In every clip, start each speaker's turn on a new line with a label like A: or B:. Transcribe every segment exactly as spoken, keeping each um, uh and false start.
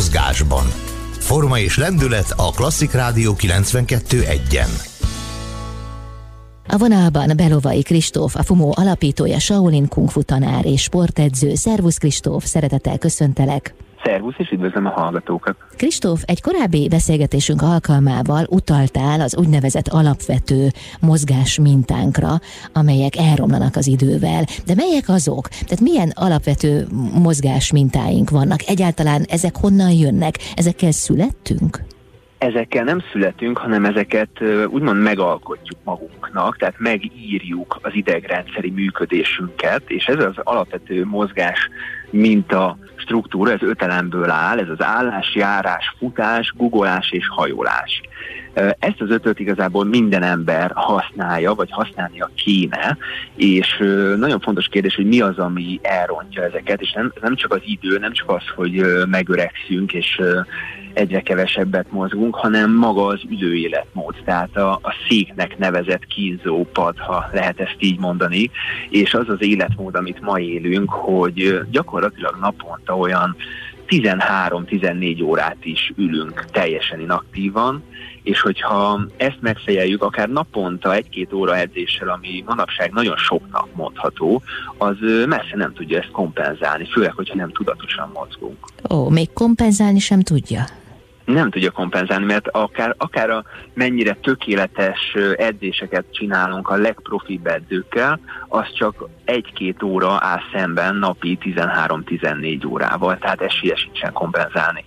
A: mozgásban. Forma és lendület a Klasszik Rádió kilencvenkettő egyen.
B: A vonalban Belovai Kristóf, a Fumo alapítója, Shaolin Kung Fu tanár és sportedző. Szervusz Kristóf, szeretettel köszöntelek!
C: Szervusz, és üdvözlöm a hallgatókat!
B: Kristóf, egy korábbi beszélgetésünk alkalmával utaltál az úgynevezett alapvető mozgás mintánkra, amelyek elromlanak az idővel. De melyek azok? Tehát milyen alapvető mozgás mintáink vannak? Egyáltalán ezek honnan jönnek? Ezekkel születtünk?
C: Ezekkel nem születünk, hanem ezeket úgymond megalkotjuk magunknak, tehát megírjuk az idegrendszeri működésünket, és ez az alapvető mozgás minta struktúra, ez öt elemből áll, ez az állás, járás, futás, guggolás és hajolás. Ezt az ötöt igazából minden ember használja, vagy használnia kéne, és nagyon fontos kérdés, hogy mi az, ami elrontja ezeket, és nem, nem csak az idő, nem csak az, hogy megöregszünk, és egyre kevesebbet mozgunk, hanem maga az ülőéletmód, tehát a, a széknek nevezett kínzó pad, ha lehet ezt így mondani, és az az életmód, amit ma élünk, hogy gyakorlatilag naponta olyan tizenhárom-tizennégy órát is ülünk teljesen inaktívan, és hogyha ezt megfejeljük akár naponta egy-két óra edzéssel, ami manapság nagyon soknak mondható, az messze nem tudja ezt kompenzálni, főleg, hogyha nem tudatosan mozgunk.
B: Ó, még kompenzálni sem tudja?
C: Nem tudja kompenzálni, mert akár, akár a mennyire tökéletes edzéseket csinálunk a legprofibb edzőkkel, az csak egy-két óra áll szemben napi tizenhárom-tizennégy órával, tehát esélye sincsen kompenzálni.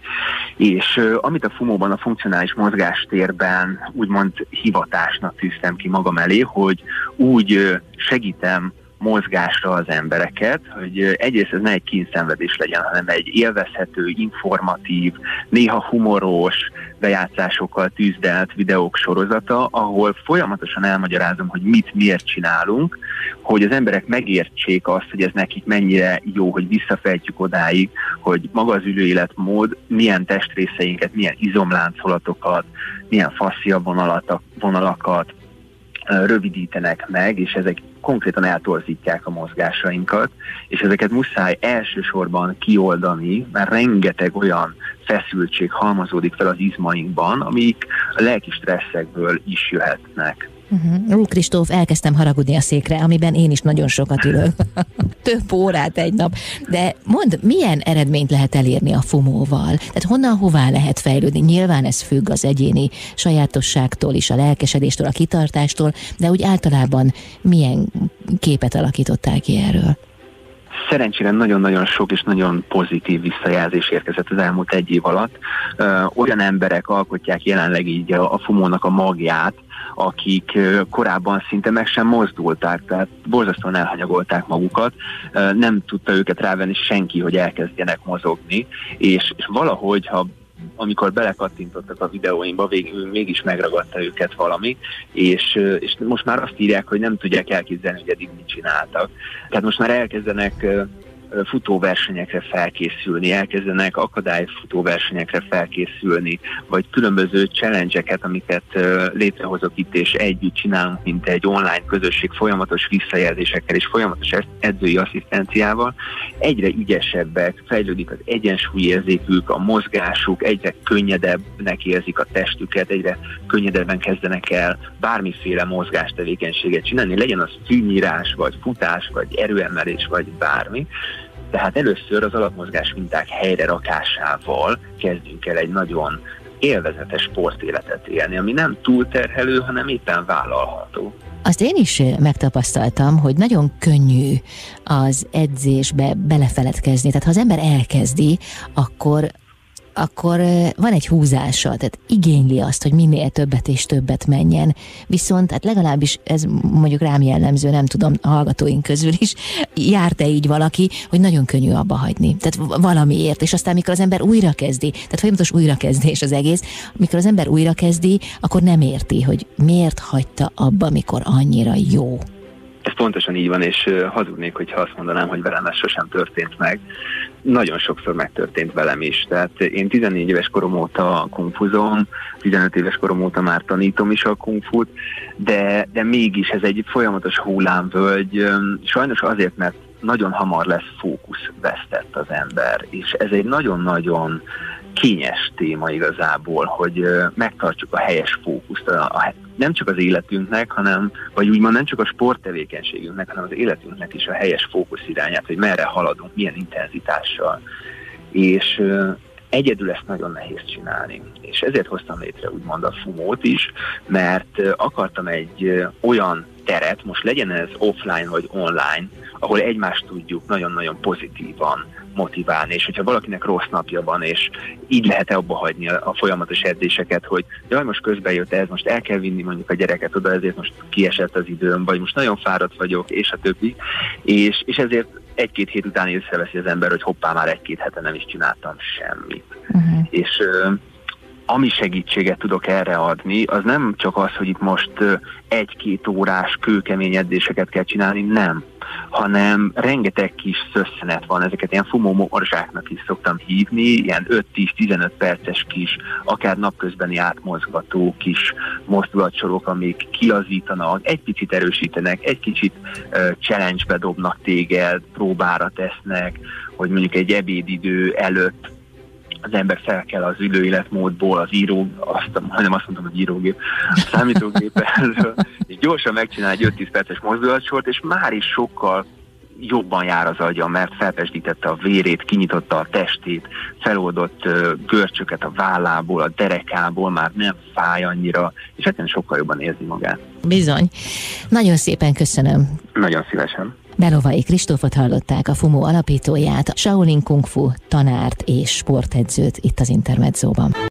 C: És uh, amit a Fumóban, a funkcionális mozgástérben úgymond hivatásnak tűztem ki magam elé, hogy úgy uh, segítem mozgásra az embereket, hogy egyrészt ez ne egy kínszenvedés legyen, hanem egy élvezhető, informatív, néha humoros bejátszásokkal tűzdelt videók sorozata, ahol folyamatosan elmagyarázom, hogy mit, miért csinálunk, hogy az emberek megértsék azt, hogy ez nekik mennyire jó, hogy visszafejtjük odáig, hogy maga az ülőéletmód milyen testrészeinket, milyen izomláncolatokat, milyen fascia vonalakat rövidítenek meg, és ezek konkrétan eltorzítják a mozgásainkat, és ezeket muszáj elsősorban kioldani, mert rengeteg olyan feszültség halmazódik fel az izmainkban, amik a lelki stresszekből is jöhetnek.
B: Uh-huh. Ú, Kristóf, elkezdtem haragudni a székre, amiben én is nagyon sokat ülök. Több órát egy nap. De mondd, milyen eredményt lehet elérni a Fumóval? Tehát honnan, hová lehet fejlődni? Nyilván ez függ az egyéni sajátosságtól is, a lelkesedéstől, a kitartástól, de úgy általában milyen képet alakítottál ki erről?
C: Szerencsére nagyon-nagyon sok és nagyon pozitív visszajelzés érkezett az elmúlt egy év alatt. Ö, olyan emberek alkotják jelenleg így a, a Fumónak a magját, akik korábban szinte meg sem mozdulták, tehát borzasztóan elhanyagolták magukat, nem tudta őket rávenni senki, hogy elkezdjenek mozogni, és, és valahogy, ha amikor belekattintottak a videóimba, végül mégis megragadta őket valami, és, és most már azt írják, hogy nem tudják elképzelni, hogy eddig mit csináltak. Tehát most már elkezdenek futóversenyekre felkészülni, elkezdenek akadályfutóversenyekre felkészülni, vagy különböző challenge-eket, amiket létrehozok itt, és együtt csinálunk, mint egy online közösség folyamatos visszajelzésekkel és folyamatos edzői asszisztenciával. Egyre ügyesebbek, fejlődik az egyensúlyérzékük, a mozgásuk, egyre könnyedebbnek érzik a testüket, egyre könnyedebben kezdenek el bármiféle mozgástevékenységet csinálni, legyen az fűnyírás, vagy futás, vagy erőemelés, vagy bármi. Tehát először az alapmozgás minták helyre rakásával kezdünk el egy nagyon élvezetes sportéletet élni, ami nem túlterhelő, hanem éppen vállalható.
B: Azt én is megtapasztaltam, hogy nagyon könnyű az edzésbe belefeledkezni. Tehát ha az ember elkezdi, akkor akkor van egy húzása, tehát igényli azt, hogy minél többet és többet menjen. Viszont hát legalábbis ez mondjuk rám jellemző, nem tudom, a hallgatóink közül is, járt-e így valaki, hogy nagyon könnyű abba hagyni. Tehát valamiért, és aztán mikor az ember újra kezdi, tehát folyamatos újrakezdés az egész, mikor az ember újra kezdi, akkor nem érti, hogy miért hagyta abba, mikor annyira jó.
C: Ez pontosan így van, és hazudnék, hogyha azt mondanám, hogy velem ez sosem történt meg. Nagyon sokszor megtörtént velem is. Tehát én tizennégy éves korom óta kungfuzom, tizenöt éves korom óta már tanítom is a kungfut, de, de mégis ez egy folyamatos hullámvölgy. Sajnos azért, mert nagyon hamar lesz fókuszvesztett az ember, és ez egy nagyon-nagyon kényes téma igazából, hogy megtartsuk a helyes fókuszt, a, a, nem csak az életünknek, hanem, vagy úgymond nem csak a sporttevékenységünknek, hanem az életünknek is a helyes fókusz irányát, hogy merre haladunk, milyen intenzitással. És egyedül ezt nagyon nehéz csinálni. És ezért hoztam létre úgymond a fumót is, mert akartam egy olyan teret, most legyen ez offline vagy online, ahol egymást tudjuk nagyon-nagyon pozitívan motiválni, és hogyha valakinek rossz napja van, és így lehet-e abba hagyni a, a folyamatos edzéseket, hogy jaj, most közben jött ez, most el kell vinni mondjuk a gyereket oda, ezért most kiesett az időm, vagy most nagyon fáradt vagyok, és a többi, és, és ezért egy-két hét után észreveszi az ember, hogy hoppá, már egy-két hete nem is csináltam semmit. Uh-huh. És uh, ami segítséget tudok erre adni, az nem csak az, hogy itt most uh, egy-két órás kőkemény edzéseket kell csinálni, nem, hanem rengeteg kis szösszenet van, ezeket ilyen fumómorzsáknak is szoktam hívni, ilyen öt-tíz-tizenöt perces kis, akár napközbeni átmozgató kis mozdulatsorok, amik kilazítanak, egy picit erősítenek, egy kicsit uh, challenge-be dobnak téged, próbára tesznek, hogy mondjuk egy ebédidő előtt az ember fel kell az ülőéletmódból, az író, azt, nem azt mondtam, hogy írógép, a számítógép elől, és gyorsan megcsinál egy öt-tíz perces mozdulatsort, és már is sokkal jobban jár az agya, mert felpesdítette a vérét, kinyitotta a testét, feloldott uh, görcsöket a vállából, a derekából, már nem fáj annyira, és hát sokkal jobban érzi magát.
B: Bizony. Nagyon szépen köszönöm.
C: Nagyon szívesen.
B: Belovai Kristófot hallották, a Fumó alapítóját, Shaolin Kung Fu tanárt és sportedzőt itt az Intermedzóban.